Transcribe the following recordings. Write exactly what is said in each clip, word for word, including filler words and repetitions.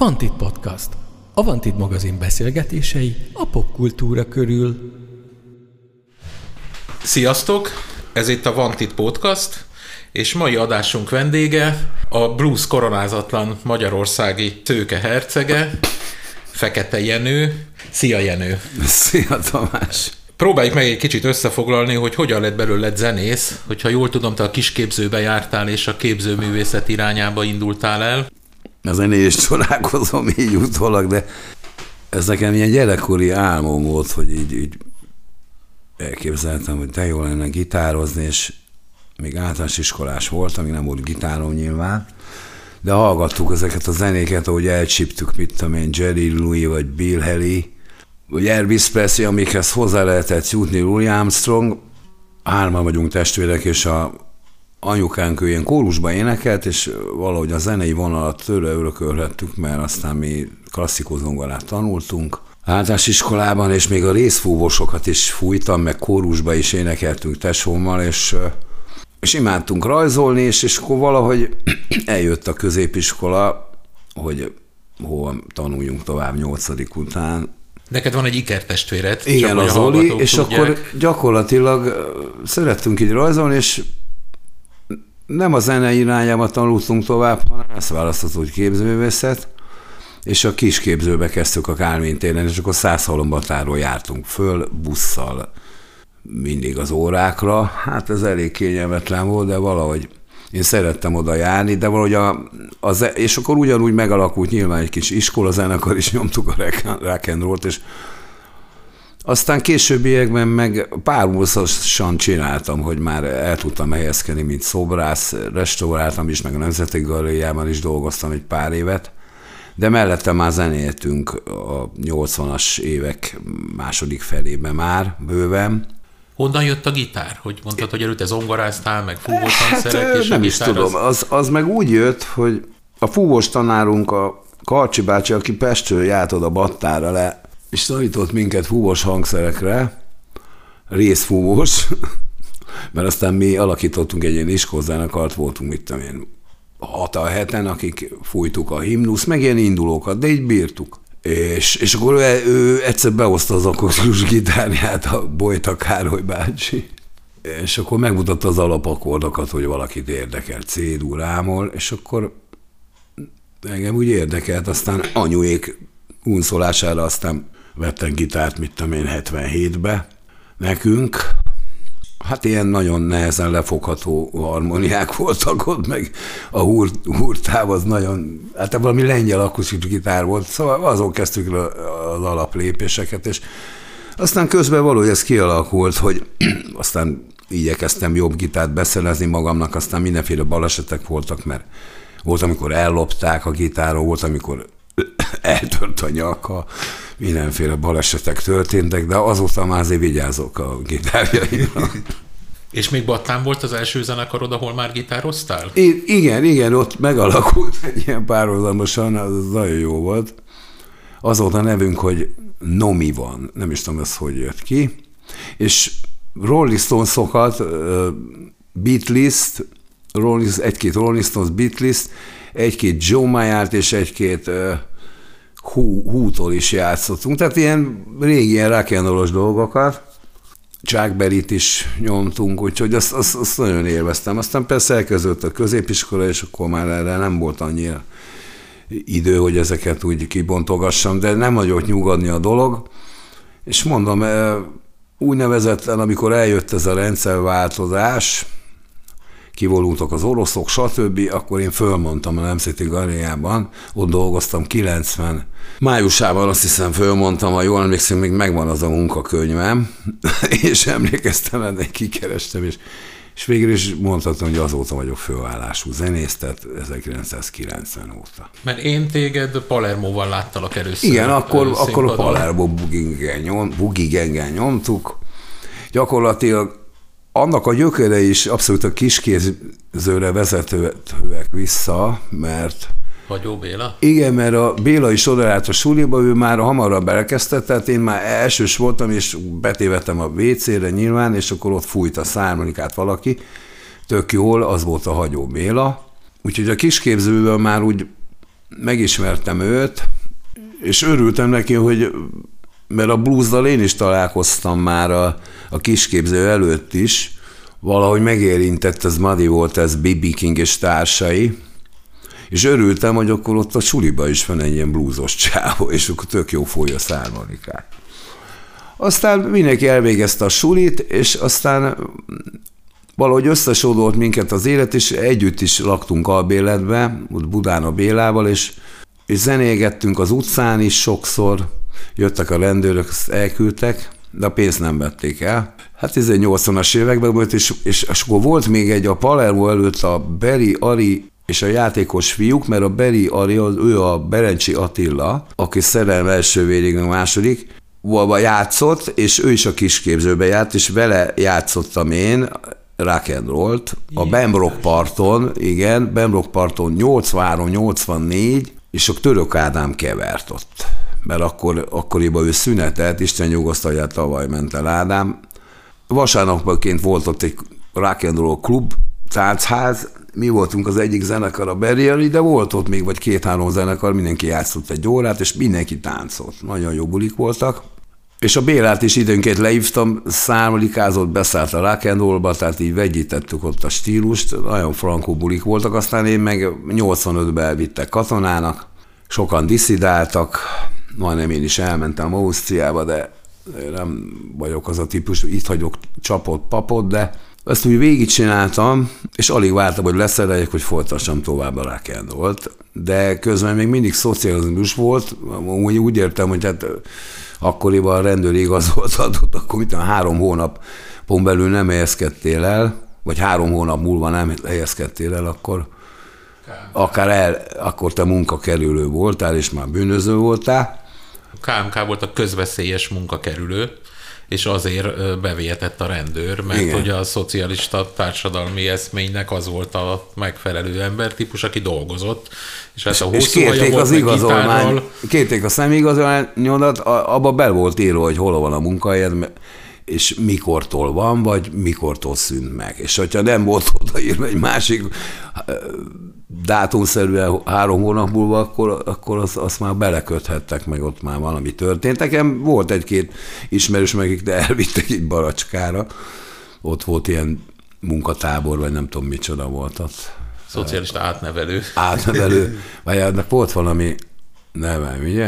Vantit Podcast. A Vantit magazin beszélgetései a popkultúra körül. Sziasztok! Ez itt a Vantit Podcast, és mai adásunk vendége a blues koronázatlan magyarországi tőke hercege, Fekete Jenő. Szia, Jenő! Szia, Tamás! Próbáljuk meg egy kicsit összefoglalni, hogy hogyan lett belőled zenész, hogyha jól tudom, te a kisképzőbe jártál, és a képzőművészet irányába indultál el. A zenét is csodálkozom így utólag, de ez nekem ilyen gyerekkori álmom volt, hogy így, így elképzeltem, hogy de jó lenne gitározni, és még általános iskolás voltam, még nem volt gitárom nyilván, de hallgattuk ezeket a zenéket, ahogy elcsíptük, mit tudom én, Jerry Louis, vagy Bill Haley, vagy Elvis Presley, amikhez hozzá lehetett jutni, Louis Armstrong. Hárman vagyunk testvérek, és a anyukánk ő ilyen kórusba énekelt, és valahogy a zenei vonalat tőle örökölhettük, mert aztán mi klasszikus zongorát tanultunk általános iskolában, és még a részfúvósokat is fújtam, meg kórusba is énekeltünk tesómmal, és, és imádtunk rajzolni, és, és akkor valahogy eljött a középiskola, hogy hova tanuljunk tovább nyolcadik után. Neked van egy ikertestvéred. Igen, az Oli, és tudják. Akkor gyakorlatilag szerettünk így rajzolni, és nem a zene irányába tanultunk tovább, hanem ezt választott, hogy képzőművészet, és a kisképzőbe kezdtük a Kálmán téren, és akkor Szászhalombatáról jártunk föl busszal mindig az órákra. Hát ez elég kényelmetlen volt, de valahogy én szerettem oda járni, de valahogy a, a és akkor ugyanúgy megalakult nyilván egy kis iskolazenekar is, nyomtuk a rock and rollt, és aztán későbbiekben meg párhuzamosan csináltam, hogy már el tudtam helyezkedni, mint szobrász, restauráltam is, meg a Nemzeti Galériában is dolgoztam egy pár évet, de mellette már zenéltünk a nyolcvanas évek második felében már bőven. Honnan jött a gitár? Hogy mondtad, hogy előtte zongoráztál, meg fúvós hangszerek, hát, és nem a is tudom, az... Az, az meg úgy jött, hogy a fúvós tanárunk, a Karcsi bácsi, aki Pestről járt oda Battára le, és tanított minket fúvós hangszerekre, részfúvós, mert aztán mi alakítottunk egy ilyen iskolazenekart, voltunk, mit tudom én, hatan, heten, akik fújtuk a himnusz, meg ilyen indulókat, de így bírtuk. És, és akkor ő, ő egyszer behozta az akusztikus gitárját, a Bojta Károly bácsi, és akkor megmutatta az alapakkordokat, hogy valakit érdekel C-durámol, és akkor engem úgy érdekelt, aztán anyuék unszolására aztán vettek gitárt, mit tudom én, hetvenhétbe nekünk. Hát ilyen nagyon nehezen lefogható harmóniák voltak ott, meg a húr, húrtáv az nagyon, hát valami lengyel akusztikus gitár volt, szóval azon kezdtük az alaplépéseket, és aztán közben valahogy ez kialakult, hogy aztán igyekeztem jobb gitárt beszerezni magamnak, aztán mindenféle balesetek voltak, mert volt, amikor ellopták a gitáron, volt, amikor eltört a nyaka, mindenféle balesetek történtek, de azóta már azért vigyázok a gitárjaimra. És még Battán volt az első zenekarod, ahol már gitároztál? I- igen, igen, ott megalakult egy ilyen párhuzamosan, az nagyon jó volt. Az volt a nevünk, hogy Nomi van, nem is tudom, ez hogy jött ki. És Rolling Stones-okat, uh, Beatlist, Rolling, egy-két Rolling Stones Beatlist, egy-két Joe Mayart és egy-két uh, hú, hútól is játszottunk. Tehát ilyen régi ilyen rock and roll-os dolgokat. Chuck Berryt is nyomtunk, úgyhogy azt, azt, azt nagyon élveztem. Aztán persze elkezdődött a középiskola, és akkor már erre nem volt annyira idő, hogy ezeket úgy kibontogassam, de nem hagyott nyugodni a dolog. És mondom, úgynevezetten, amikor eljött ez a rendszerváltozás, kivolultak az oroszok, stb., akkor én fölmondtam a Nemzeti Galériában, ott dolgoztam kilencven májusában, azt hiszem fölmondtam, ha jól emlékszem, még megvan az a munkakönyvem, és emlékeztem, de kikerestem, és, és végül is mondhatom, hogy azóta vagyok főállású zenész, tehát ezerkilencszázkilencven óta. Mert én téged Palermóval láttalak először. Igen, akkor, akkor a Palermo Boogie Gang-en nyomtuk. Gyakorlatilag annak a gyökere is abszolút a kiskézőre vezetőek vissza, mert... Hagyó Béla? Igen, mert a Béla is odaállt a suliba, ő már hamarabb elkezdett, tehát én már elsős voltam, és betévettem a vé cére nyilván, és akkor ott fújt a szármonikát valaki. Tök jól, az volt a Hagyó Béla. Úgyhogy a kisképzőből már úgy megismertem őt, és örültem neki, hogy mert a bluesdal én is találkoztam már a, a kisképző előtt is, valahogy megérintett, ez Muddy Waters, bé bé King és társai, és örültem, hogy akkor ott a suliba is van egy ilyen bluesos csávó, és akkor tök jó folyja szármanikát. Aztán mindenki elvégezte a sulit, és aztán valahogy összesódolt minket az élet, és együtt is laktunk albéletbe, ott Budán a Bélával, és, és zenégettünk az utcán is sokszor, jöttek a rendőrök, azt elküldtek, de a pénzt nem vették el. Hát ez egy nyolcvanas években volt, és, és, és akkor volt még egy a Palermo előtt a Beri Ari és a játékos fiúk, mert a Beri Ari, az, ő a Berencsi Attila, aki szerelem első vérig, a második, valóban játszott, és ő is a kisképzőbe járt, és vele játszottam én rock and rollt a Bemrock parton, igen, Bemrock parton nyolcvanhárom nyolcvannégy, és a Török Ádám kevert ott. Mert akkor, akkoriban ő szünetelt, Isten nyugosztalja, tavaly ment el Ádám. Vasárnapként volt ott egy rock and roll klub, táncház, mi voltunk az egyik zenekar, a Berrieri, de volt ott még vagy két-három zenekar, mindenki játszott egy órát, és mindenki táncolt. Nagyon jó bulik voltak. És a Bélát is időnként lehívtam, szármalikázott, beszállt a rock and rollba, tehát így vegyítettük ott a stílust, nagyon frankó bulik voltak, aztán én meg nyolcvanötben elvittek katonának, sokan diszidáltak, majdnem én is elmentem Ausztriába, de nem vagyok az a típus, hogy itt hagyok csapott papot, de ezt úgy végigcsináltam, és alig vártam, hogy leszereljek, hogy folytassam tovább a rock and rollt, de közben még mindig szocializmus volt, úgy, úgy értem, hogy hát akkoriban a rendőr igazoltatott, akkor mit tudom, három hónapon belül nem helyezkedtél el, vagy három hónap múlva nem helyezkedtél el, akkor akár el, akkor te munkakerülő voltál, és már bűnöző voltál. A ká em ká volt a közveszélyes munkakerülő, és azért bevihetett a rendőr, mert igen, hogy a szocialista társadalmi eszménynek az volt a megfelelő embertípus, aki dolgozott, és hát a hosszú haja volt, meg gitárral. Kérték a szemigazolványodat, abba bel volt írva, hogy hol van a munkahelyed, és mikortól van, vagy mikortól szűnt meg. És hogyha nem volt odaírva egy másik dátumszerűen három hónap múlva, akkor, akkor azt, azt már beleköthettek, meg ott már valami történt. Nekem volt egy-két ismerős, meg de elvittek egy Baracskára. Ott volt ilyen munkatábor, vagy nem tudom micsoda volt ott. Szocialista átnevelő. Átnevelő. Vagy annak volt valami neve, ugye?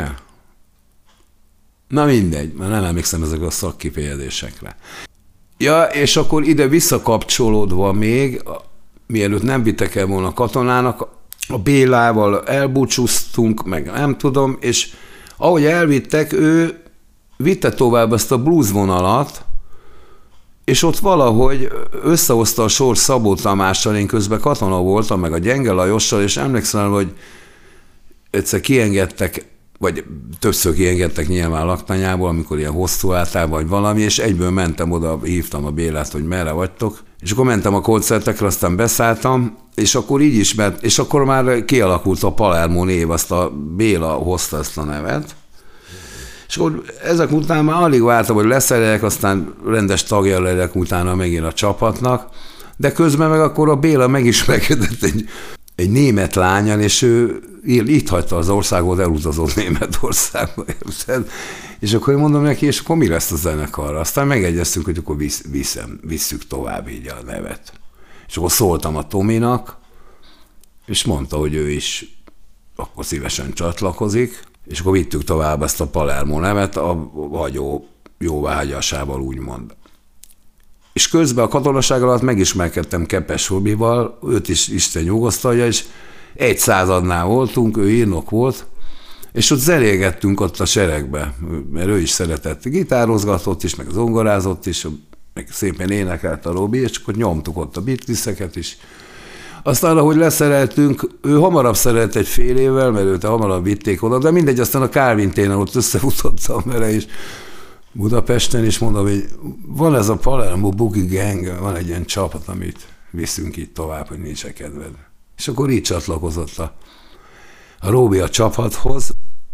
Na mindegy, már nem emlékszem ezek a szakkifejezésekre. Ja, és akkor ide visszakapcsolódva még, mielőtt nem vittek el volna katonának, a Bélával elbúcsúztunk, meg nem tudom, és ahogy elvittek, ő vitte tovább ezt a blues vonalat, és ott valahogy összehozta a sors Szabó Tamással, én közben katona voltam, meg a Gyenge Lajossal, és emlékszem, hogy egyszer kiengedtek, vagy többször kiengedtek nyilván laktanyából, amikor ilyen hosszú álltál, vagy valami, és egyből mentem oda, hívtam a Bélát, hogy merre vagytok, és akkor mentem a koncertekre, aztán beszálltam, és akkor így ismert, és akkor már kialakult a Palermo név, azt a Béla hozta ezt a nevet, és akkor ezek után már alig vártam, hogy leszereljek, aztán rendes tagja legyek utána megint a csapatnak, de közben meg akkor a Béla megismerkedett egy, egy német lányan, és ő itt hagyta az országot, elutazott Németországba, érted? És akkor én mondom neki, és akkor mi lesz a zenekarra? Aztán megegyeztünk, hogy akkor visz, viszem, visszük tovább így a nevet. És akkor szóltam a Tominak, és mondta, hogy ő is akkor szívesen csatlakozik, és akkor vittük tovább ezt a Palermo nevet a hagyó jóváhagyásával, úgymond. És közben a katonaság alatt megismerkedtem Kepes Robival, őt is Isten nyugosztalja, és egy századnál voltunk, ő írnok volt, és ott zenégettünk ott a seregbe, mert ő is szeretett, gitározgatott is, meg zongorázott is, meg szépen énekelt a Robi, és akkor nyomtuk ott a Beatleseket is. Aztán, ahogy leszereltünk, ő hamarabb szerelt egy fél évvel, mert őt hamarabb vitték oda, de mindegy, aztán a Calvin téren ott összefutottam vele is Budapesten, és mondom, hogy van ez a Palermo Boogie Gang, van egy ilyen csapat, amit viszünk itt tovább, hogy nincs kedved. És akkor így csatlakozott a, a Róbi a csapathoz.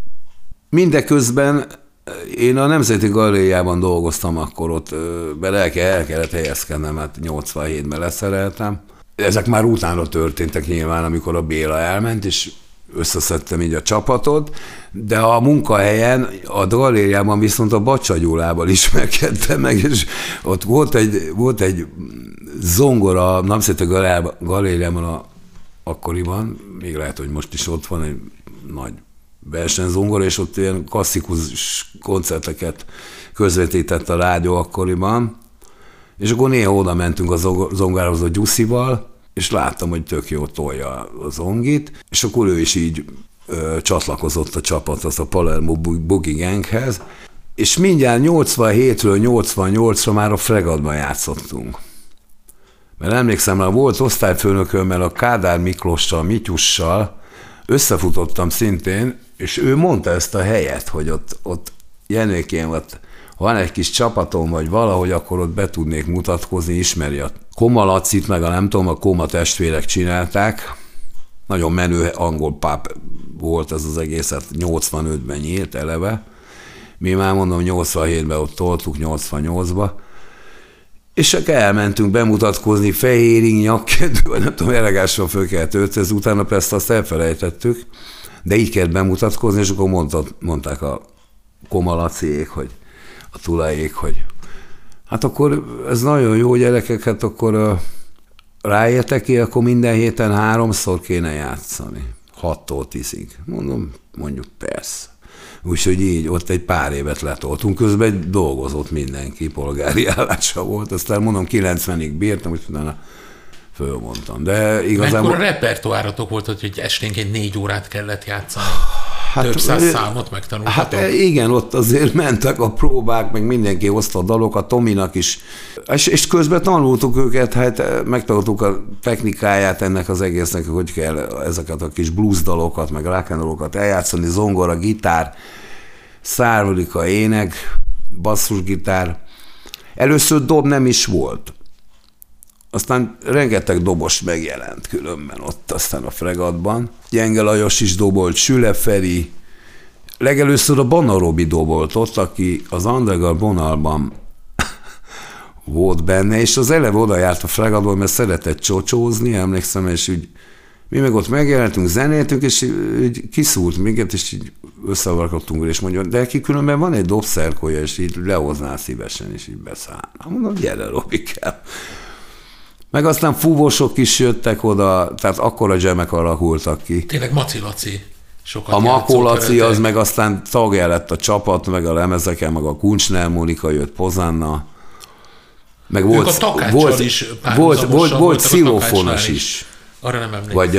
Mindeközben én a Nemzeti Galériában dolgoztam, akkor ott be el, kell, el kellett helyezkednem, hát nyolcvanhétben leszereltem. Ezek már utána történtek nyilván, amikor a Béla elment, és összeszedtem így a csapatot, de a munkahelyen, a galériában viszont a Bacsa Gyulával ismerkedtem meg, és ott volt egy, volt egy zongora, nem szét a galériában a, akkoriban, még lehet, hogy most is ott van egy nagy versenyzongora, és ott ilyen klasszikus koncerteket közvetített a rádió akkoriban, és akkor néha oda mentünk a zongához a Gyuszival, és láttam, hogy tök jó tolja a zongit, és akkor ő is így ö, csatlakozott a csapathoz, a Palermo Boogie Ganghez, és mindjárt nyolcvanhétről nyolcvannyolcra már a Fregatban játszottunk. Mert emlékszem, hogy volt osztályfőnökömmel, a Kádár Miklossal, Mityussal, összefutottam szintén, és ő mondta ezt a helyet, hogy ott, ott Jenőkén ott van egy kis csapatom, vagy valahogy, akkor ott be tudnék mutatkozni, ismeri a Koma Lacit, meg a nem tudom, a Koma testvérek csinálták. Nagyon menő angol pub volt ez az egészet, nyolcvanötben nyílt eleve. Mi már mondom, nyolcvanhétben ott toltuk, nyolcvannyolcba. És akkor elmentünk bemutatkozni, fehéring, nyakkedő, vagy nem tudom, elegásra föl kellett öltözni, utána persze azt elfelejtettük, de így kellett bemutatkozni, és akkor mondta, mondták a Koma Laciék, hogy a Tulajék, hogy hát akkor ez nagyon jó, gyerekek, hát akkor uh, ráértek ki, akkor minden héten háromszor kéne játszani. Hattól tízig. Mondom, mondjuk persze. Úgyhogy így ott egy pár évet letoltunk, közben dolgozott mindenki, polgári állása volt, aztán mondom, kilencvenig bírtam, és utána fölmondtam. De igazából... Mekkora repertoáratok volt, hogy esténként négy órát kellett játszani? Hát, több száz számot megtanultatok? Hát igen, ott azért mentek a próbák, meg mindenki hozta a dalokat, Tominak is. És, és közben tanultuk őket, hát megtanultuk a technikáját ennek az egésznek, hogy kell ezeket a kis blues dalokat, meg rock and rollokat eljátszani, zongora, gitár, szárvalika, ének, basszusgitár. Először dob nem is volt. Aztán rengeteg dobos megjelent különben ott aztán a Fregatban. Gyenge Lajos is dobolt, Süle Feri. Legelőször a Bana Robi dobolt ott, aki az Andregar vonalban volt benne, és az eleve oda járt a Fregatban, mert szeretett csocsózni, emlékszem, és úgy mi meg ott megjelentünk, zenéltünk, és így kiszúrt minket, és így összevarkottunk, és mondja, de ki különben van egy dobszerkolya, és így lehozná szívesen, és így beszállna. Mondom, gyere, Robikám. Meg aztán fúvósok is jöttek oda, tehát akkora zsemek alakultak ki. Tényleg Maci Laci sokat A Makó Laci az meg aztán tagja lett a csapat, meg a lemezeken, meg a Kuncsner Mónika jött, Pozanna. Meg volt, ők a Takáccsal volt, is volt, volt, volt xilófonos is. is. Arra nem emlékszem. Vagy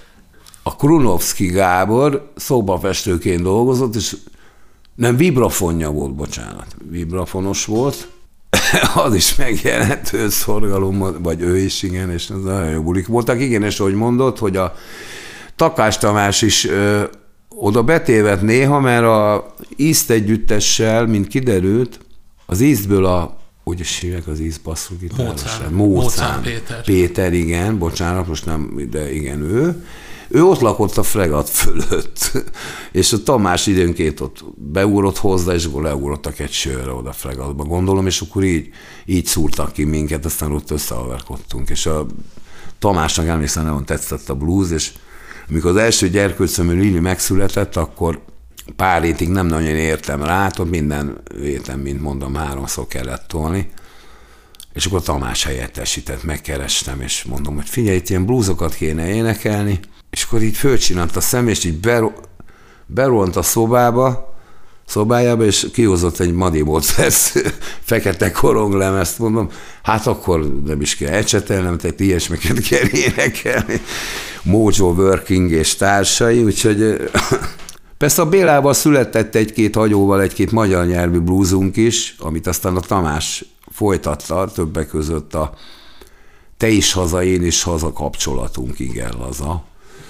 a Krunovszki Gábor szobafestőként dolgozott, és nem, vibrafonja volt, bocsánat. Vibrafonos volt. Az is megjelent, ő szorgalom, vagy ő is, igen, és ez nagyon jó bulik voltak. Igen, és ahogy mondott, hogy a Takás Tamás is ö, oda betévedt néha, mert a East együttessel, mint kiderült, az Eastből a, úgy is hívják az East basszusgitárossal? Mócán Péter. Péter, igen, bocsánat, most nem, de igen, ő. Ő ott lakott a Fregat fölött, és a Tamás időnként ott beugrott hozzá, és akkor leugrottak egy sörre oda Fregatba, gondolom, és akkor így, így szúrtak ki minket, aztán ott összehaverkodtunk, és a Tamásnak emlékszem, nagyon tetszett a blues, és amikor az első gyerkőcömű Lili megszületett, akkor pár hétig nem nagyon értem rá, ott minden héten, mint mondom, háromszor kellett tolni, és akkor Tamás helyettesített, megkerestem, és mondom, hogy figyelj, itt ilyen bluesokat kéne énekelni, és akkor így fölcsinált a szem, és így beront a szobába, szobájába, és kihozott egy Muddy Waters fekete koronglemezt, mondom, hát akkor nem is kell ecsetelnem, tehát ilyesmiket kell énekelni. Mojo Working és társai, úgyhogy persze a Bélával született egy-két hagyóval, egy-két magyar nyelvű bluesunk is, amit aztán a Tamás folytatta, többek között a Te is haza, én is haza kapcsolatunk, igen, laza.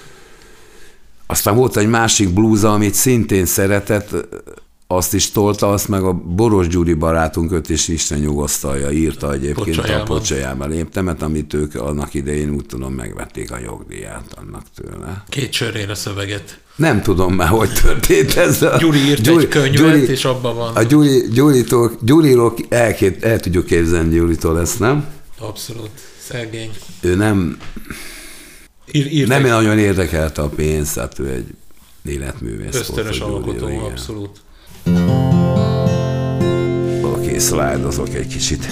Aztán volt egy másik bluesa, amit szintén szeretett, azt is tolta, azt meg a Boros Gyuri barátunk, öt és Isten nyugosztalja, írta egyébként a Pocsolyában léptemet, amit ők annak idején úgy tudom megvették a jogdíját annak tőle. Két sörére szöveget. Nem tudom már, hogy történt ez. A Gyuri írt Gyuri, egy könyvet, Gyuri, és abban van. A Gyuri, Gyuritól, Gyuriról el, el tudjuk képzelni Gyuritól ezt, nem? Abszolút. Szegény. Ő nem... ír, ír Nem egy... nagyon érdekelte a pénz, hát ő egy életművész. Ösztönös alkotó, abszolút. Oké, szlájdozok egy kicsit.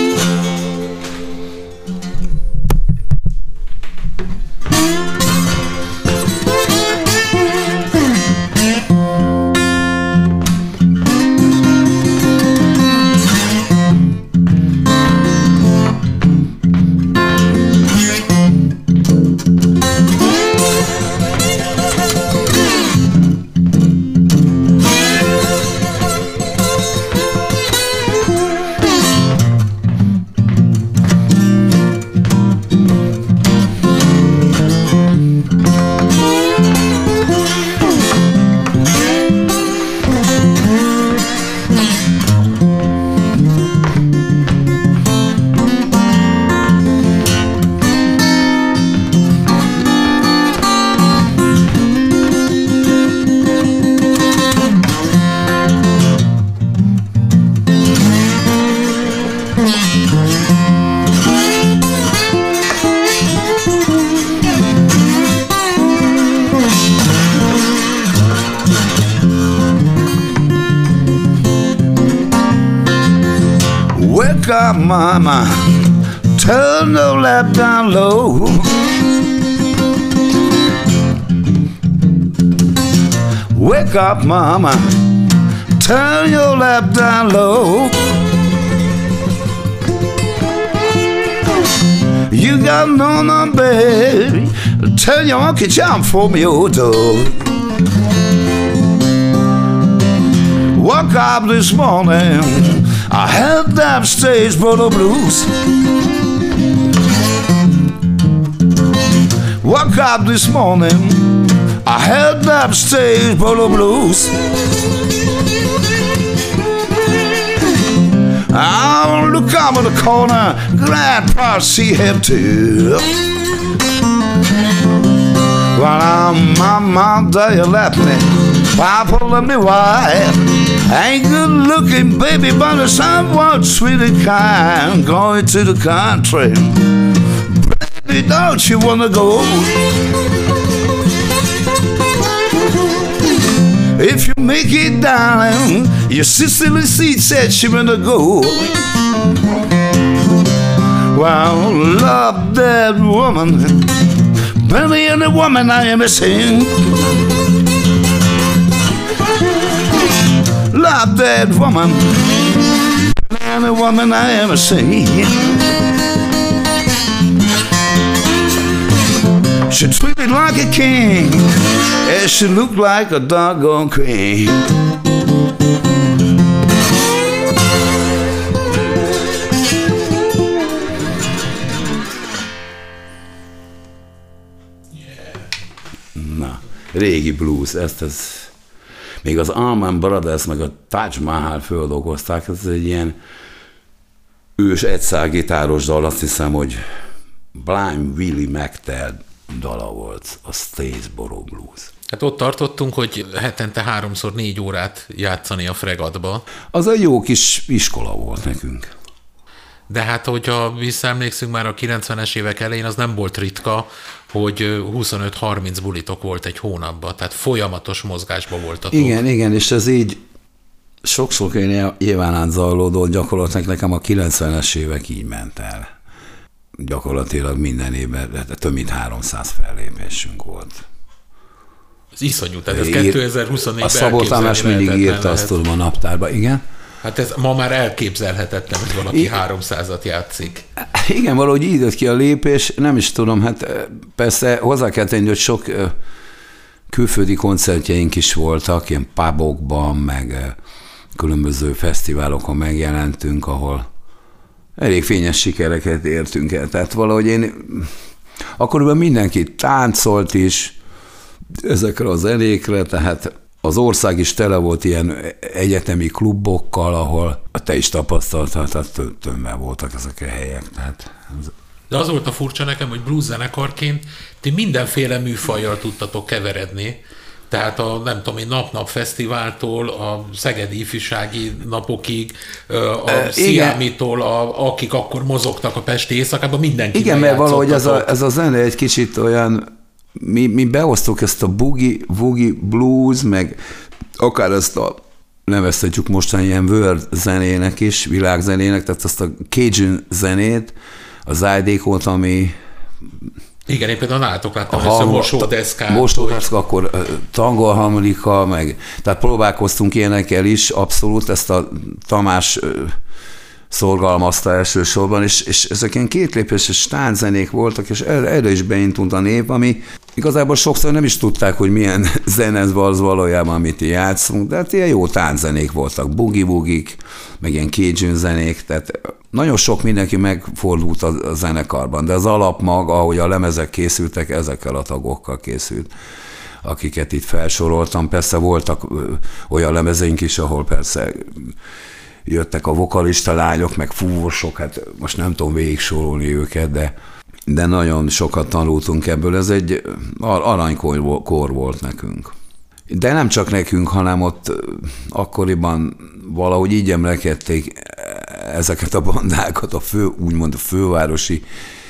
Wake up, mama, turn the lamp down low. Wake up, mama, turn your lamp down low. You got no no baby, tell your uncle jump from your door. Woke up this morning, I had them stage for the blues. Woke up this morning, I had them stage for the blues. I look up in the corner, glad to see him too. Well, I'm my mother, you left me, Papa let me why. Ain't good looking, baby, but it's somewhat sweet and kind. Going to the country, baby, don't you wanna go? If you make it, darling, your sisterly seat said she wanna go. Well, love that woman, better than the woman I ever seen. Love that woman, better than the woman I ever seen. She treated like a king, and she looked like a doggone queen. Na, régi blues, ezt ez még az Allman Brothers meg a Taj Mahal földolgozták, ez egy ilyen ős egyszálgitáros dal, azt hiszem, hogy Blind Willie McTell dala volt, a Statesboro Blues. Hát ott tartottunk, hogy hetente háromszor négy órát játszani a fregatba. Az egy jó kis iskola volt nekünk. De hát, hogyha visszaemlékszünk már a kilencvenes évek elején, az nem volt ritka, hogy huszonöt-harminc bulitok volt egy hónapban, tehát folyamatos mozgásban voltatok. Igen, igen, és ez így sok-sok éván át zajlódott, gyakorlatilag nekem a kilencvenes évek így ment el. Gyakorlatilag minden évben több mint háromszáz fellépésünk volt. Ez iszonyú, tehát ez kétezer-huszonnégyben a Szabó Tamás mindig írta, azt tudom, a naptárba, igen. Hát ez ma már elképzelhetetlen, hogy valaki I... háromszázat játszik. Igen, valahogy így jött ki a lépés, nem is tudom, hát persze hozzá kell tenni, hogy sok külföldi koncertjeink is voltak, ilyen pubokban, meg különböző fesztiválokon megjelentünk, ahol elég fényes sikereket értünk el. Tehát valahogy én, akkoriban mindenki táncolt is ezekre a zenékre, tehát az ország is tele volt ilyen egyetemi klubokkal, ahol te is tapasztaltad, tehát tömve voltak ezek a helyek. Tehát ez... De az volt a furcsa nekem, hogy blues zenekarként ti mindenféle műfajjal tudtatok keveredni, Tehát a nem tudom én nap-nap fesztiváltól, a Szegedi Ifjúsági Napokig, a e, Sziámitól, a, akik akkor mozogtak a pesti éjszakában, mindenki. Igen, mert valahogy ez a, ez a zene egy kicsit olyan, mi, mi beosztuk ezt a boogie, boogie blues, meg akár ezt a nevezhetjük mostan ilyen world zenének is, világzenének, tehát azt a Cajun zenét, az ájdékot, ami... Igen, én például nálatok láttam ezt a mosódeszkát. Mosódeszka, akkor tangolharmonika, meg... Tehát próbálkoztunk ilyenekkel is, abszolút, ezt a Tamás szorgalmazta elsősorban, és, és ezek ilyen kétlépéses tánczenék voltak, és erre, erre is beintult a nép, ami igazából sokszor nem is tudták, hogy milyen zene az valójában, amit játszunk, de hát ilyen jó tánczenék voltak, boogie-boogik, meg ilyen Cajun zenék, tehát nagyon sok mindenki megfordult a zenekarban, de az alapmag, ahogy a lemezek készültek, ezekkel a tagokkal készült, akiket itt felsoroltam. Persze voltak olyan lemezeink is, ahol persze jöttek a vokalista lányok, meg fúvosok, hát most nem tudom végig sorolni őket, de, de nagyon sokat tanultunk ebből. Ez egy aranykor volt nekünk. De nem csak nekünk, hanem ott akkoriban valahogy így emlekedték ezeket a bandákat, a fő, úgymond a fővárosi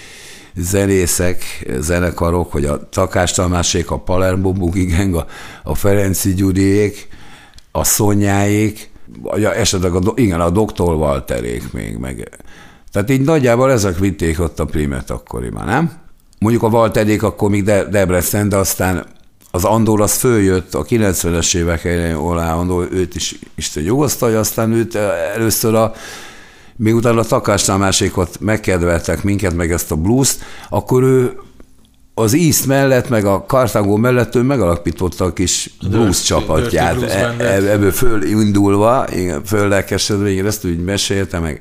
zenészek, zenekarok, hogy a Takás Tamásék, a Palermo Boogie Gang, a, a Ferenci Gyuriék, a Szonyáék, vagy a, esetleg a, igen, a doktor Walterék még meg. Tehát így nagyjából ezek vitték ott a primet akkoriban, nem? Mondjuk a Walterék akkor még De- Debrecen, de aztán az Andor az följött a kilencvenes évek elején, Olá Andor, őt is Isten nyugosztalja, aztán őt először a miután a Takás Tamásékot megkedveltek minket, meg ezt a blues, akkor ő az East mellett, meg a Cartago mellett ő megalapította a kis blues csapatját. Blues ebből fölindulva, föllelkesedve, én ezt úgy mesélte, meg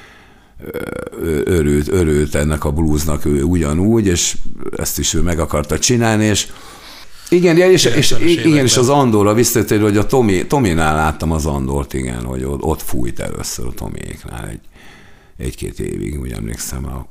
örült, örült ennek a bluesnak ő ugyanúgy, és ezt is ő meg akarta csinálni, és igen, és, és, igen, és az Andorra visszatérő, hogy a Tomi, Tominál láttam az Andort, igen, hogy ott fújt először a Tomiéknál egy, egy-két évig, úgy emlékszem. A,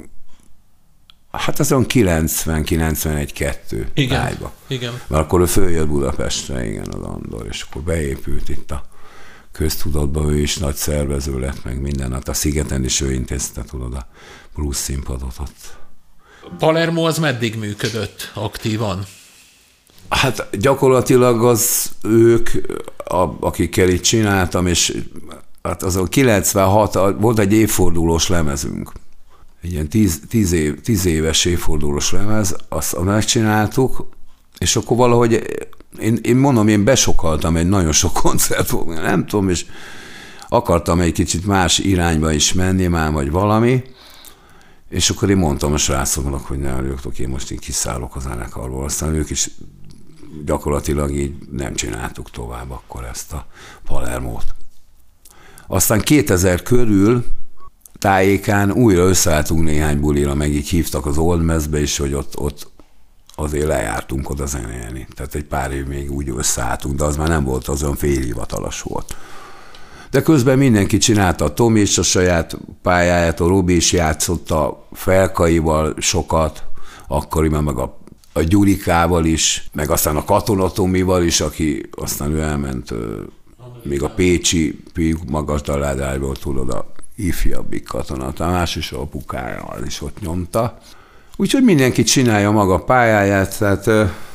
hát ez olyan kilencven kilencvenegy kettő tájba. Igen. Mert akkor ő följött Budapestre, igen, az Andor, és akkor beépült itt a köztudatba, ő is nagy szervező lett, meg minden, hát a Szigeten is ő intézte, tudod, a blues színpadot ott. Palermo az meddig működött aktívan? Hát gyakorlatilag az ők, a, akikkel itt csináltam, és hát az a kilencvenhat, volt egy évfordulós lemezünk. Egy ilyen tíz, tíz, év, tíz éves évfordulós lemez, azt megcsináltuk, és akkor valahogy, én, én mondom, én besokaltam egy nagyon sok koncertból, nem tudom, és akartam egy kicsit más irányba is menni már, vagy valami, és akkor én mondtam a srácoknak, hogy ne előjöttök, én most én kiszállok a zenekarból, aztán ők is gyakorlatilag így nem csináltuk tovább akkor ezt a Palermót. Aztán kétezer körül tájékán újra összeálltunk néhány bulira, meg így hívtak az Old Messbe is, hogy ott, ott azért lejártunk oda zenélni. Tehát egy pár év még úgy összeálltunk, de az már nem volt, az olyan félhivatalos volt. De közben mindenki csinálta, a Tomi is a saját pályáját, a Robi is játszott a Felkaival sokat, akkoriban meg a a Gyurikával is, meg aztán a Katona Tomival is, aki aztán ő elment még a Pécsi magas daládájból, tudod, a ifjabbik Katona Tamás is, a apukája az is ott nyomta. Úgyhogy mindenki csinálja maga pályáját, tehát...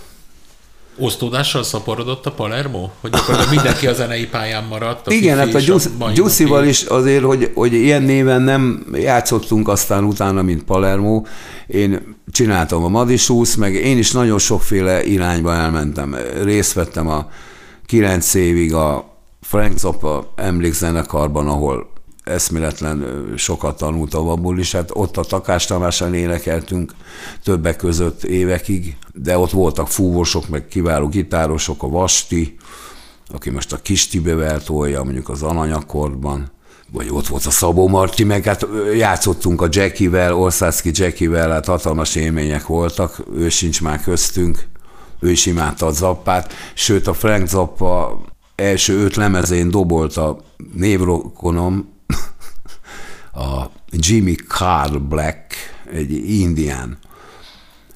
Osztódással szaporodott a Palermo? Hogy akkor mindenki a zenei pályán maradt? A igen, hát a, a Gyuszival is azért, hogy, hogy ilyen néven nem játszottunk aztán utána, mint Palermo. Én csináltam a Madisúsz, meg én is nagyon sokféle irányba elmentem. Részt vettem a kilenc évig a Frank Zappa emlékzenekarban, ahol eszméletlen sokat tanultam abból is, hát ott a Takás Tamással énekeltünk többek között évekig, de ott voltak fúvosok, meg kiváló gitárosok, a Vasti, aki most a Kis Tibevel tolja, mondjuk az Aranyakkorban, vagy ott volt a Szabó Marti, meg hát játszottunk a Jackie-vel, Orszászki Jackie-vel, hát hatalmas élmények voltak, ő sincs már köztünk, ő is imádta a Zappát, sőt a Frank Zappa első öt lemezén dobolt a névrokonom, a Jimmy Carl Black, egy indián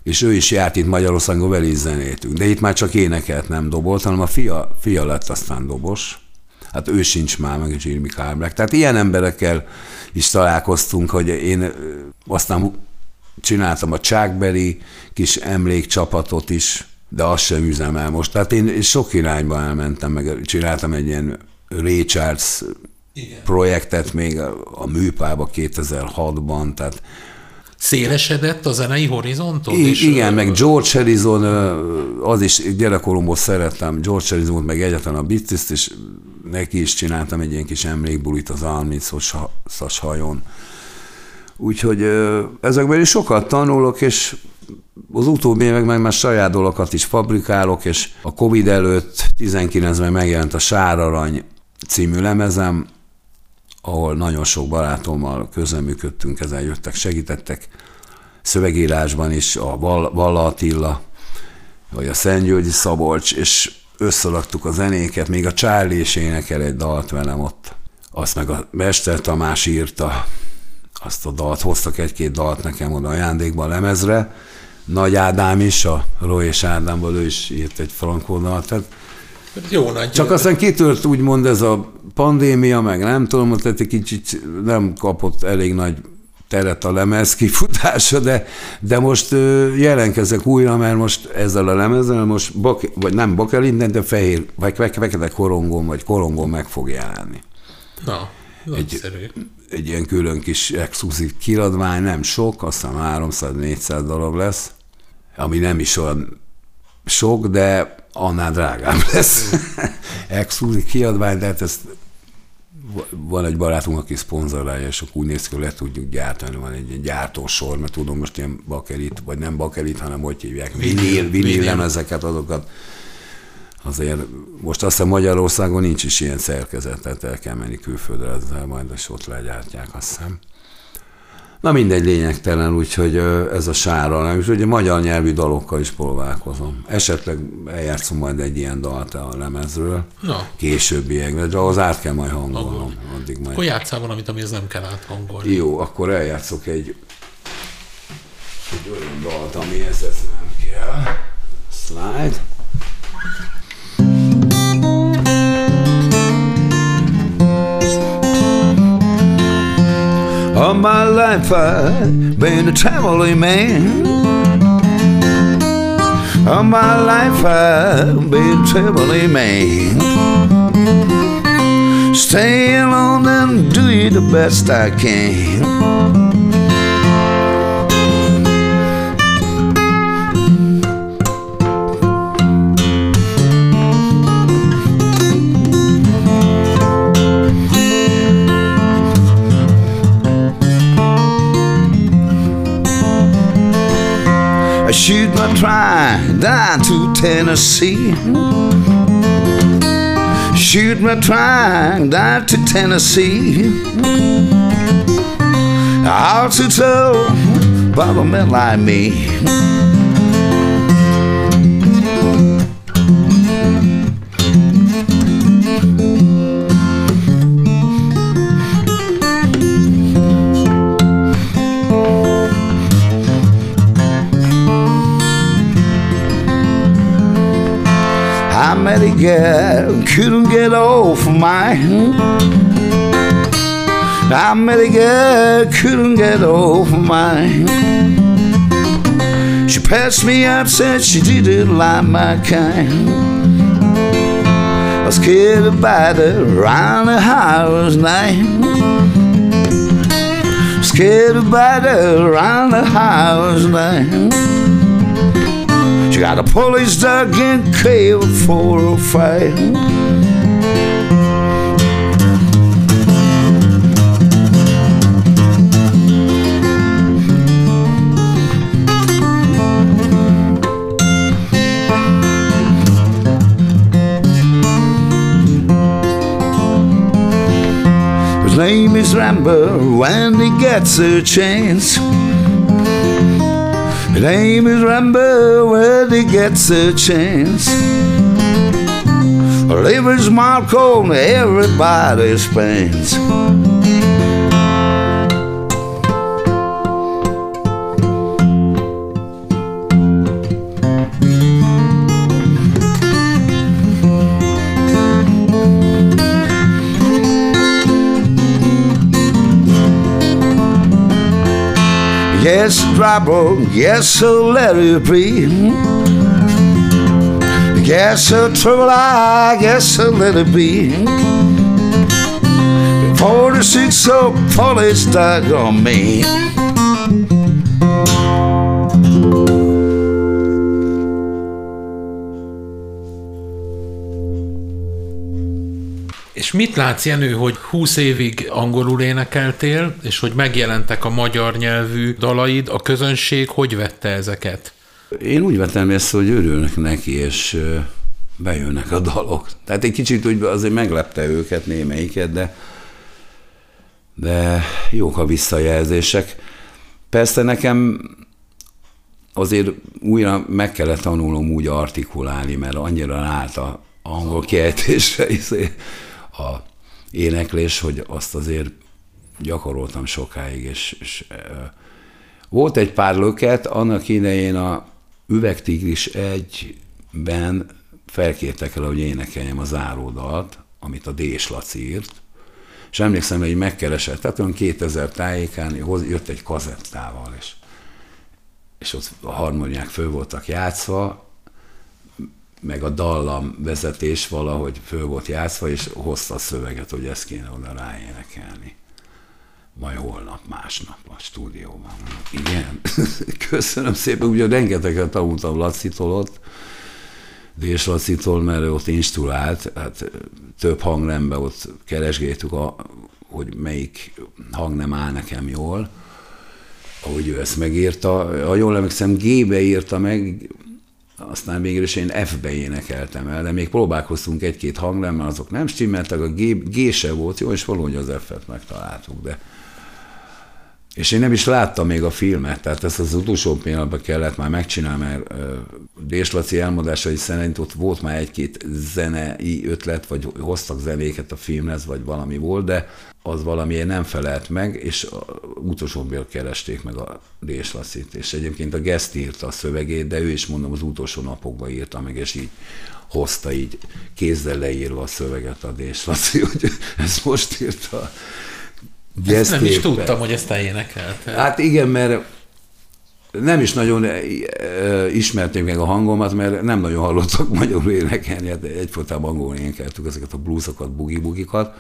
és ő is járt itt Magyarországon, vele is zenéltünk. De itt már csak énekelt, nem dobolt, hanem a fia, fia lett aztán dobos. Hát ő sincs már, meg Jimmy Carl. Tehát ilyen emberekkel is találkoztunk, hogy én aztán csináltam a Chuck Berry kis emlékcsapatot is, de azt sem üzemel most. Tehát én sok irányba elmentem, meg csináltam egy ilyen Ray Charles igen. projektet még a műpába kétezer-hatban, tehát szélesedett a zenei horizontod? I- igen, meg George Harrison, az is gyerekkoromból szerettem George Harrisont, meg egyáltalán a Beatles-t, és neki is csináltam egy ilyen kis emlékbulit az Almicos hajón. Úgyhogy ezekben is sokat tanulok, és az utóbbi években már saját dolgokat is fabrikálok, és a Covid előtt tizenkilencben megjelent a Sárarany című lemezem, ahol nagyon sok barátommal közreműködtünk, ezen jöttek, segítettek szövegírásban is, a Valla Attila, vagy a Szentgyörgyi Szabolcs, és összeraktuk a zenéket, még a Charlie is énekel egy dalt velem ott. Azt meg a Mester Tamás írta, azt a dalt, hoztak egy-két dalt nekem oda ajándékban a lemezre. Nagy Ádám is, a Roy és Ádámból ő is írt egy frankó dalt. Tehát jó nagy. Csak aztán kitört úgymond ez a pandémia, meg nem tudom, hogy egy kicsit nem kapott elég nagy teret a lemez kifutása, de, de most jelenkezek újra, mert most ezzel a lemezzel, most bak, vagy nem bakelinden, de fehér, vagy fekete korongón, vagy korongón meg fog jelenni. Na, nagyszerű. Egy, egy ilyen külön kis exkluzív kiadvány, nem sok, aztán háromszáz-négyszáz darab lesz, ami nem is olyan sok, de annál drágább lesz. Exkluzív kiadvány, de hát ezt van egy barátunk, aki szponzorálja, és akkor úgy néz ki, hogy le tudjuk gyártani, van egy ilyen gyártósor, mert tudom most ilyen bakelit, vagy nem bakelit, hanem hogy hívják, vinil, vinil lemezeket, azokat azért most azt hiszem Magyarországon nincs is ilyen szerkezet, tehát el kell menni külföldre ezzel, majd és ott legyártják, azt hiszem. Na mindegy, lényegtelen, úgyhogy ez a Sára, és ugye magyar nyelvű dalokkal is próbálkozom. Esetleg eljátszom majd egy ilyen dalt a lemezről, no. későbbiekben, de ahhoz át kell majd hangolnom. Addig majd. Akkor játsszál valamit, amihez nem kell áthangolni. Jó, akkor eljátszok egy, egy olyan dalt, amihez ez nem kell. Slide. All my life I've been a traveling man. All my life I've been a traveling man. Stay alone and do it the best I can. I shoot my train down to Tennessee. Shoot my train down to Tennessee. All too tough by the men like me. I met a girl, couldn't get off my. I met a girl, couldn't get off my. She passed me up, said she didn't like my kind. I was scared about her around the house night. Scared about her around the house night. She got a police dog and killed for a fight. His name is Rambo when he gets a chance. His name is Rambo when he gets a chance. Leave his mark on everybody's pants. Yes, trouble, yes, so let it be. Yes, so trouble, I guess so let it be. Forty-six so polish stuck on me. És mit látsz, Jenő, hogy húsz évig angolul énekeltél, és hogy megjelentek a magyar nyelvű dalaid, a közönség hogy vette ezeket? Én úgy vettem ezt, hogy örülnek neki, és bejönnek a dalok. Tehát egy kicsit úgy azért meglepte őket, némelyiket, de, de jók a visszajelzések. Persze nekem azért újra meg kellett tanulnom úgy artikulálni, mert annyira állt a angol kiejtésre a éneklés, hogy azt azért gyakoroltam sokáig, és, és volt egy pár löket, annak idején a Üvegtigris egyben felkértek el, hogy énekeljem a záródalt, amit a Dés Laci írt, és emlékszem, hogy megkeresett, tehát olyan kétezer tájékán jött egy kazettával, és, és ott a harmóniák föl voltak játszva, meg a dallam vezetés valahogy föl volt játszva, és hozta a szöveget, hogy ezt kéne oda ráénekelni. Majd holnap, másnap a stúdióban. Igen, köszönöm szépen, ugye rengeteget tanultam Lacitól ott, Dés Lacitól, mert ott instruált, hát több hangnemben ott keresgéltük, a, hogy melyik hang nem áll nekem jól, ahogy ő ezt megírta. Ha jól emlékszem, G-be írta meg, aztán végül is én F-be énekeltem el, de még próbálkoztunk egy-két hangnemmel, azok nem stimmeltek, a G, G se volt jó, és valahogy az F-et megtaláltuk, de és én nem is láttam még a filmet, tehát ezt az utolsó pillanatban kellett már megcsinálni, mert uh, Dés Laci elmondásai szerint ott volt már egy-két zenei ötlet, vagy hoztak zenéket a filmhez, vagy valami volt, de az valamiért nem felelt meg, és utolsó pillanatban keresték meg a Dés Lacit, és egyébként a Guest írta a szövegét, de ő is mondom az utolsó napokban írta meg, és így hozta így kézzel leírva a szöveget a Dés Laci, hogy ezt most írta. Ezt nem is tudtam, hogy ezt elénekelte. Hát igen, mert nem is nagyon ismerték meg a hangomat, mert nem nagyon hallottak magyarul énekelni, hát egyfolytában angolul énekeltük ezeket a bluesokat, bugi-bugikat,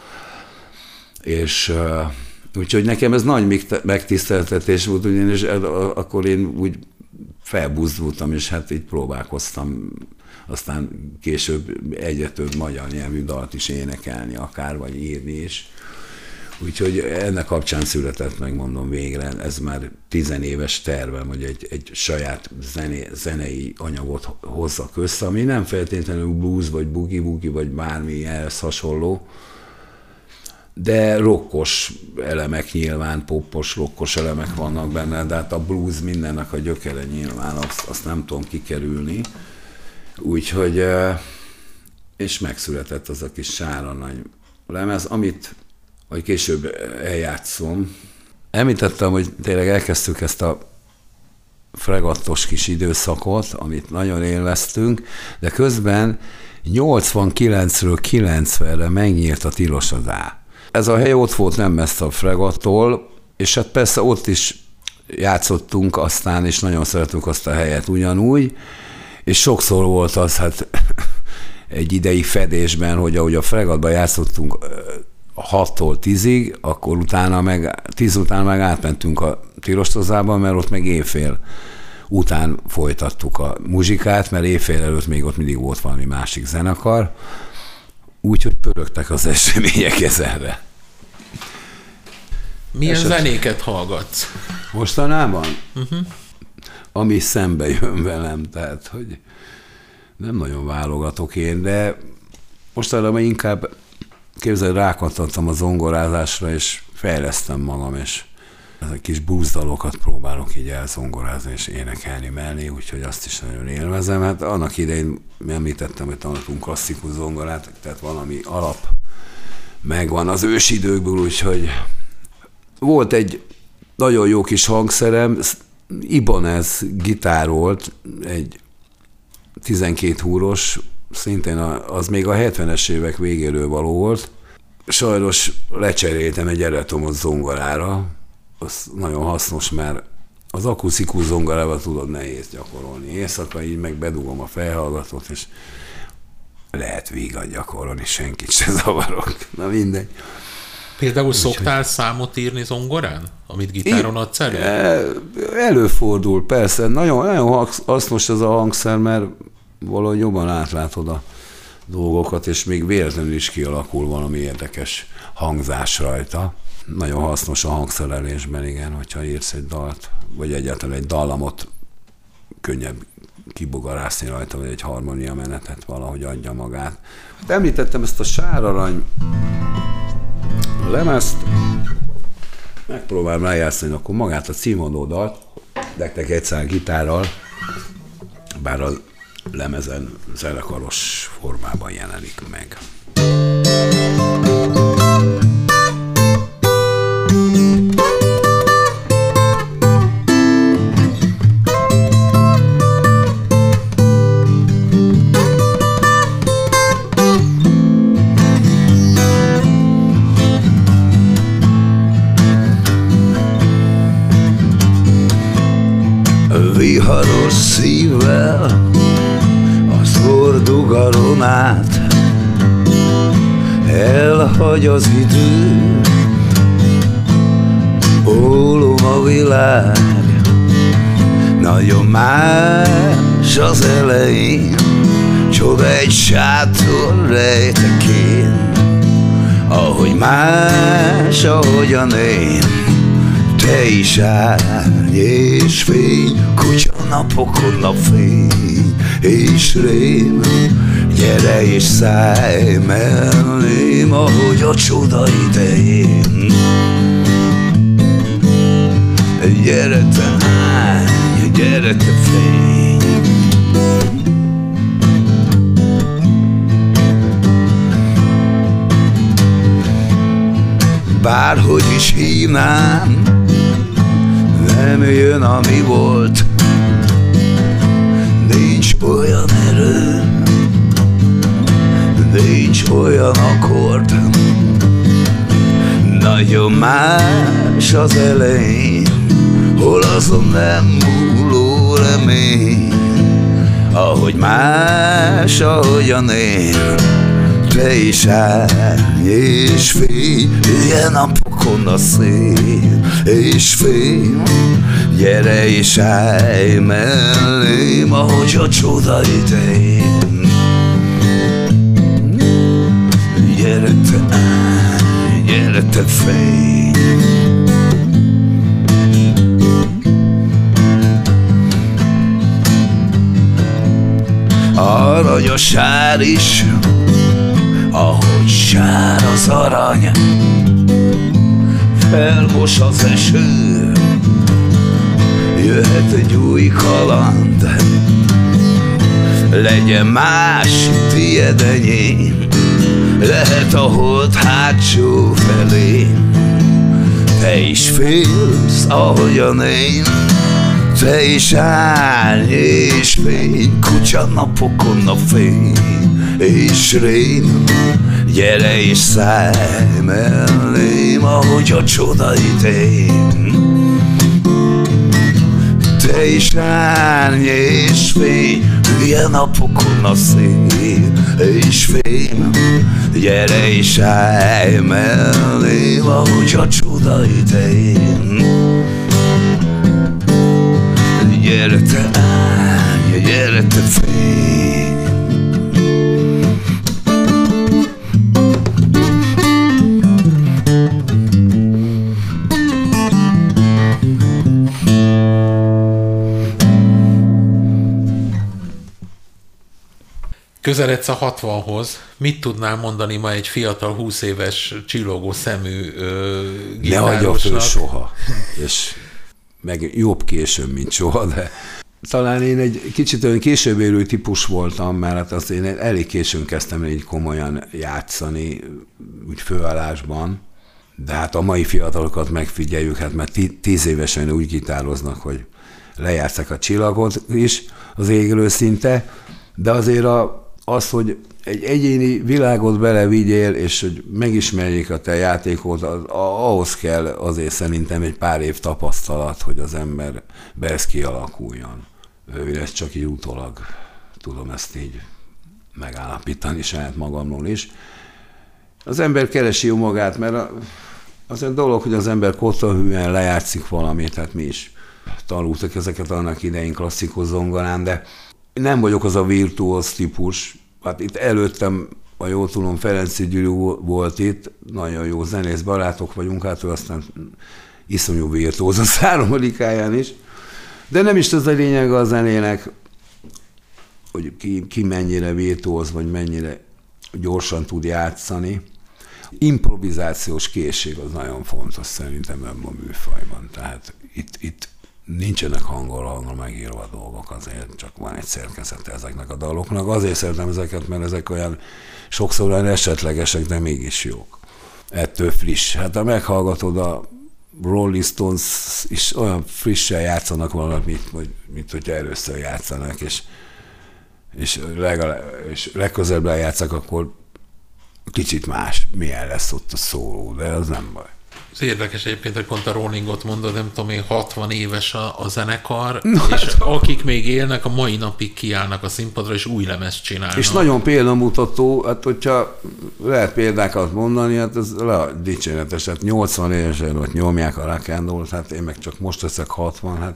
és úgyhogy nekem ez nagy megtiszteltetés volt, ugyanis akkor én úgy felbuzdultam, és hát így próbálkoztam, aztán később egyre több magyar nyelvű dalt is énekelni akár, vagy írni is. Úgyhogy ennek kapcsán született, megmondom végre, ez már tizenéves tervem, hogy egy, egy saját zené, zenei anyagot hozzak össze, ami nem feltétlenül blues, vagy boogie-woogie, vagy bármi ehhez hasonló, de rokkos elemek nyilván, poppos, rokkos elemek vannak benne, de hát a blues mindennek a gyökere nyilván, azt, azt nem tudom kikerülni. Úgyhogy, és megszületett az a kis sára nagy lemez, amit hogy később eljátszom. Említettem, hogy tényleg elkezdtük ezt a fregattos kis időszakot, amit nagyon élveztünk, de közben nyolcvankilencről kilencvenre megnyílt a Tilos az Á. Ez a hely ott volt nem messze a fregattól, és hát persze ott is játszottunk aztán, és nagyon szeretünk azt a helyet ugyanúgy, és sokszor volt az, hát egy idei fedésben, hogy ahogy a fregatban játszottunk hattól tízig, akkor utána meg, tíz után meg átmentünk a Tilostozába, mert ott meg éjfél után folytattuk a muzsikát, mert éjfél előtt még ott mindig volt valami másik zenekar, úgyhogy pörögtek az események ezerre. Milyen Eset... zenéket hallgatsz? Mostanában? Uh-huh. Ami szembe jön velem, tehát, hogy nem nagyon válogatok én, de mostanában inkább képzeld, rákattantam a zongorázásra, és fejlesztem magam, és ezek kis bluesdalokat próbálok így elzongorázni és énekelni mellé, úgyhogy azt is nagyon élvezem. Hát annak idején említettem, hogy tanultunk klasszikus zongorát, tehát valami alap megvan az ősidőkből, úgyhogy volt egy nagyon jó kis hangszerem, Ibanez gitár volt, egy tizenkét húros, szintén az még a hetvenes évek végéről való volt. Sajnos lecseréltem egy elektromos zongorára, az nagyon hasznos, mert az akusztikus zongorával tudod nehéz gyakorolni. Éjszaka így meg bedugom a fejhallgatót, és lehet vígan gyakorolni, senkit se zavarok. Na mindegy. Például úgy, szoktál hogy... számot írni zongorán, amit gitáron adsz elő? Előfordul, persze. Nagyon, nagyon hasznos ez a hangszer, mert valahogy jobban átlátod a dolgokat, és még véletlenül is kialakul valami érdekes hangzás rajta. Nagyon hasznos a hangszerelésben, igen, hogyha írsz egy dalt, vagy egyáltalán egy dallamot, könnyebb kibogarászni rajta, vagy egy harmónia menetet valahogy adja magát. Hát említettem ezt a sárarany lemezt, megpróbálom lejátszani akkor magát a címadó dalt, dektek egyszer gitárral, bár a lemezen zenekaros formában jelenik meg. Viharos szívvel az hordugaron át elhagy az idő, ólom a világ, nagyon más az elején, csoda egy sátor rejtek én, ahogy más, ahogyan én. Te is árny és fény, kutya napokon napfény és rém. Gyere és szállj mellém, ahogy a csoda idején. Gyere te árny, gyere te fény. Bárhogy is hívnám, nem jön, ami volt. Nincs olyan erő, nincs olyan akkord. Nagyon más az elején, hol azon nem múló remény. Ahogy más, ahogyan én. Te is árny és fény, ilyen napokon a szél és fény. Gyere és állj mellém, ahogy a csoda idején. Gyere te árny, gyere te fény. Arany a sár is, ahogy sár az arany, felmos az eső, jöhet egy új kaland. Legyen más, tied enyém, lehet a hold hátsó felé. Te is félsz, ahogyan én, te is árny és fény, kutya napokon a fény és rém. Gyere és szállj mellém, ahogy a csoda idején. Te is árny és fény, hülye napokon a szél és fém. Gyere és állj mellém, ahogy a csoda idején. Gyere te árny, gyere te fény. Közeledsz a hatvanhoz. Mit tudnál mondani ma egy fiatal, húsz éves, csillogó szemű ö, gitárosnak? Ne adja föl soha. És meg jobb későn, mint soha, de talán én egy kicsit olyan később élő típus voltam, mert hát azt én elég későn kezdtem így komolyan játszani, úgy főállásban, de hát a mai fiatalokat megfigyeljük, hát mert tíz évesen úgy gitároznak, hogy lejátszák a csillagot is, az égről szinte, de azért a az, hogy egy egyéni világot belevigyél, és hogy megismerjék a te játékot, az, ahhoz kell azért szerintem egy pár év tapasztalat, hogy az emberbe ez kialakuljon. Ez csak így utólag tudom ezt így megállapítani saját magamról is. Az ember keresi magát, mert a, az egy dolog, hogy az ember kotahűen lejátszik valamit, hát mi is tanultak ezeket annak idején klasszikus zongorán, de nem vagyok az a virtuóz típus. Hát itt előttem, ha jól tudom, Ferenczy Gyuri volt itt, nagyon jó zenész barátok vagyunk, hát ő aztán iszonyú virtuóz a száromadikáján is. De nem is ez a lényeg a zenének, hogy ki, ki mennyire virtuóz, vagy mennyire gyorsan tud játszani. Improvizációs készség az nagyon fontos szerintem ebben a műfajban. Tehát itt, itt nincsenek hangol, hangol megírva a dolgok, azért csak van egy szerkezete ezeknek a daloknak. Azért szeretem ezeket, mert ezek olyan sokszor olyan esetlegesek, de mégis jók. Ettől friss. Hát ha meghallgatod a Rolling Stones is olyan frissen játszanak valamit, mint, mint hogyha először játszanak, és, és, legalább, és legközelebb eljátszak, akkor kicsit más, milyen lesz ott a szóló, de az nem baj. Ez érdekes egyébként, hogy pont a Rollingot mondod, nem tudom én, hatvan éves a, a zenekar, no, és hát, akik még élnek, a mai napig kiállnak a színpadra, és új lemezt csinálnak. És nagyon példamutató, hát hogyha lehet példákat mondani, hát ez le dicséretes, hát nyolcvan évesen ott nyomják a rock and rollt, hát én meg csak most leszek hatvan, hát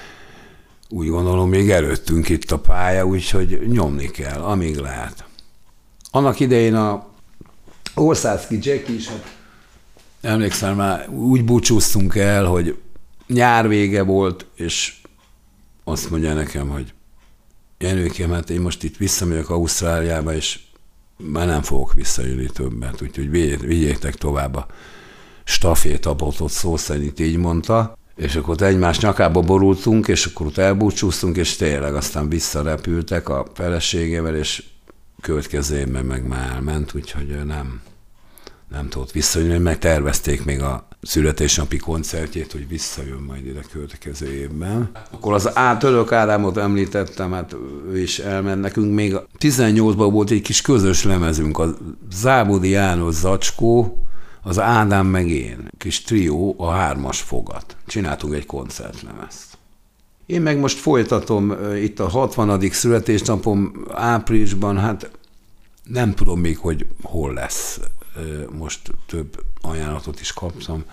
úgy gondolom, még előttünk itt a pálya, úgyhogy nyomni kell, amíg lehet. Annak idején a Orszászki Jack is, hát emlékszem, már úgy búcsúztunk el, hogy nyár vége volt, és azt mondja nekem, hogy Jenőkém, hát én most itt visszamegyek Ausztráliába, és már nem fogok visszajönni többet, úgyhogy vigyétek tovább a stafétabotot, szó szerint így mondta, és akkor egymás nyakába borultunk, és akkor ott elbúcsúztunk, és tényleg aztán visszarepültek a feleségével, és következő évben meg már elment, úgyhogy nem... nem tudott visszajönni, meg tervezték még a születésnapi koncertjét, hogy visszajön majd ide következő évben. Akkor az Á, Török Ádámot említettem, hát ő is elment nekünk. Még a tizennyolcban volt egy kis közös lemezünk, a Zábodi János Zacskó, az Ádám meg én, kis trió, a hármas fogat. Csináltunk egy koncertlemezt. Én meg most folytatom itt a hatvanadik születésnapom áprilisban, hát nem tudom még, hogy hol lesz. Most több ajánlatot is kaptam.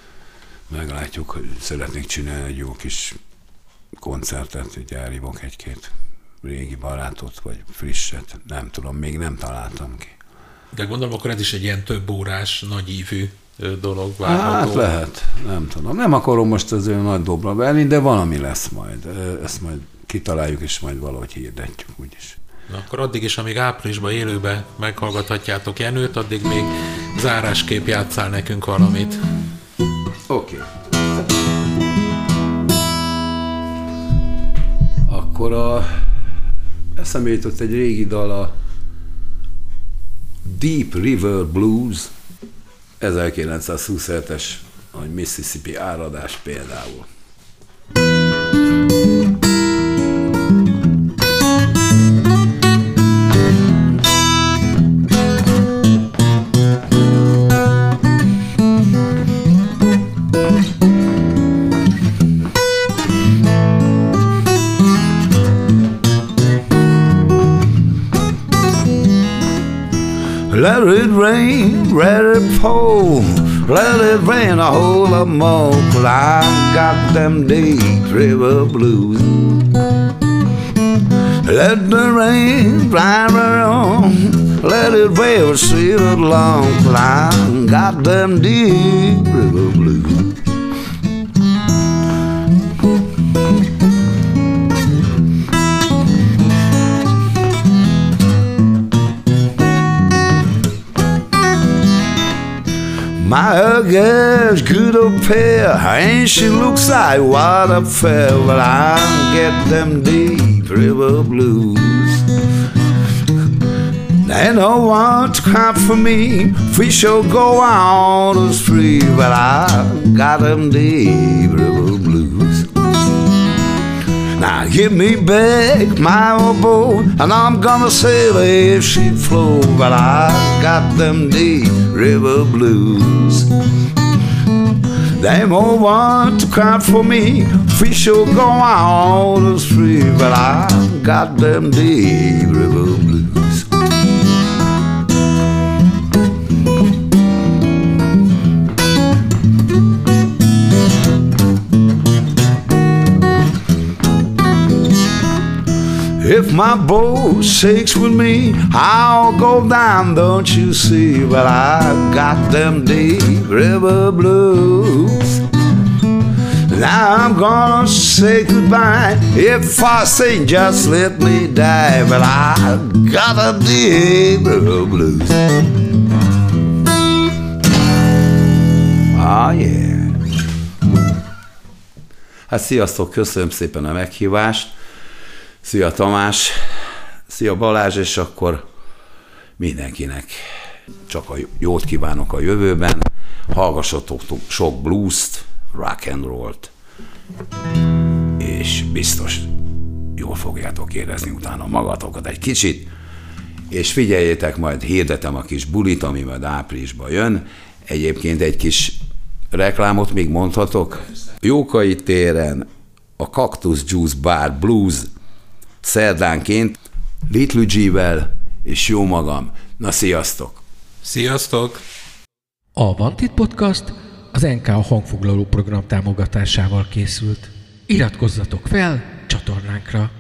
Meglátjuk, hogy szeretnék csinálni egy jó kis koncertet, hogy elhívok egy-két régi barátot, vagy frisset. Nem tudom, még nem találtam ki. De gondolom, akkor ez is egy ilyen több órás, nagyívű dolog várható. Hát lehet, nem tudom. Nem akarom most az olyan nagy dobra verni, de valami lesz majd. Ezt majd kitaláljuk, és majd valahogy hirdetjük úgyis. Na, akkor addig is, amíg áprilisban élőben meghallgathatjátok Jenőt, addig még zárásképp játsszál nekünk valamit. Oké. Okay. Akkor a... eszembe jutott egy régi dal, a Deep River Blues, ezerkilencszázhuszonhetes, a Mississippi áradás például. Let it rain, let it pour, let it rain a whole lot more, 'cause I got them deep river blues. Let the rain drive her on, let it rain sweet along, 'cause I got them deep river blues. My girl's good up here, and she looks like water fell, but I get them deep river blues. There's no one to cry for me, fish will go out as free, but I got them deep river blues. Now give me back my old boat, and I'm gonna sail her if she float. But I got them deep river blues. Them old ones to cry for me, fish will go out as free. But I got them deep river blues. If my boat shakes with me, I'll go down, don't you see? But I got them deep river blues. Now I'm gonna say goodbye. If I say just let me die, but I got them deep river blues. Ah, yeah. Hát sziasztok, köszönöm szépen a meghívást. Szia Tamás, szia Balázs, és akkor mindenkinek csak a jót kívánok a jövőben. Hallgassatok sok blues-t, rock and roll-t, és biztos jól fogjátok érezni utána magatokat egy kicsit, és figyeljétek, majd hirdetem a kis bulit, ami majd áprilisban jön. Egyébként egy kis reklámot még mondhatok. Jókai téren a Cactus Juice Bar Blues szerdánként Little G-vel és jó magam. Na, sziasztok! Sziasztok! A Vantit Podcast az en ká hangfoglaló program támogatásával készült. Iratkozzatok fel csatornánkra!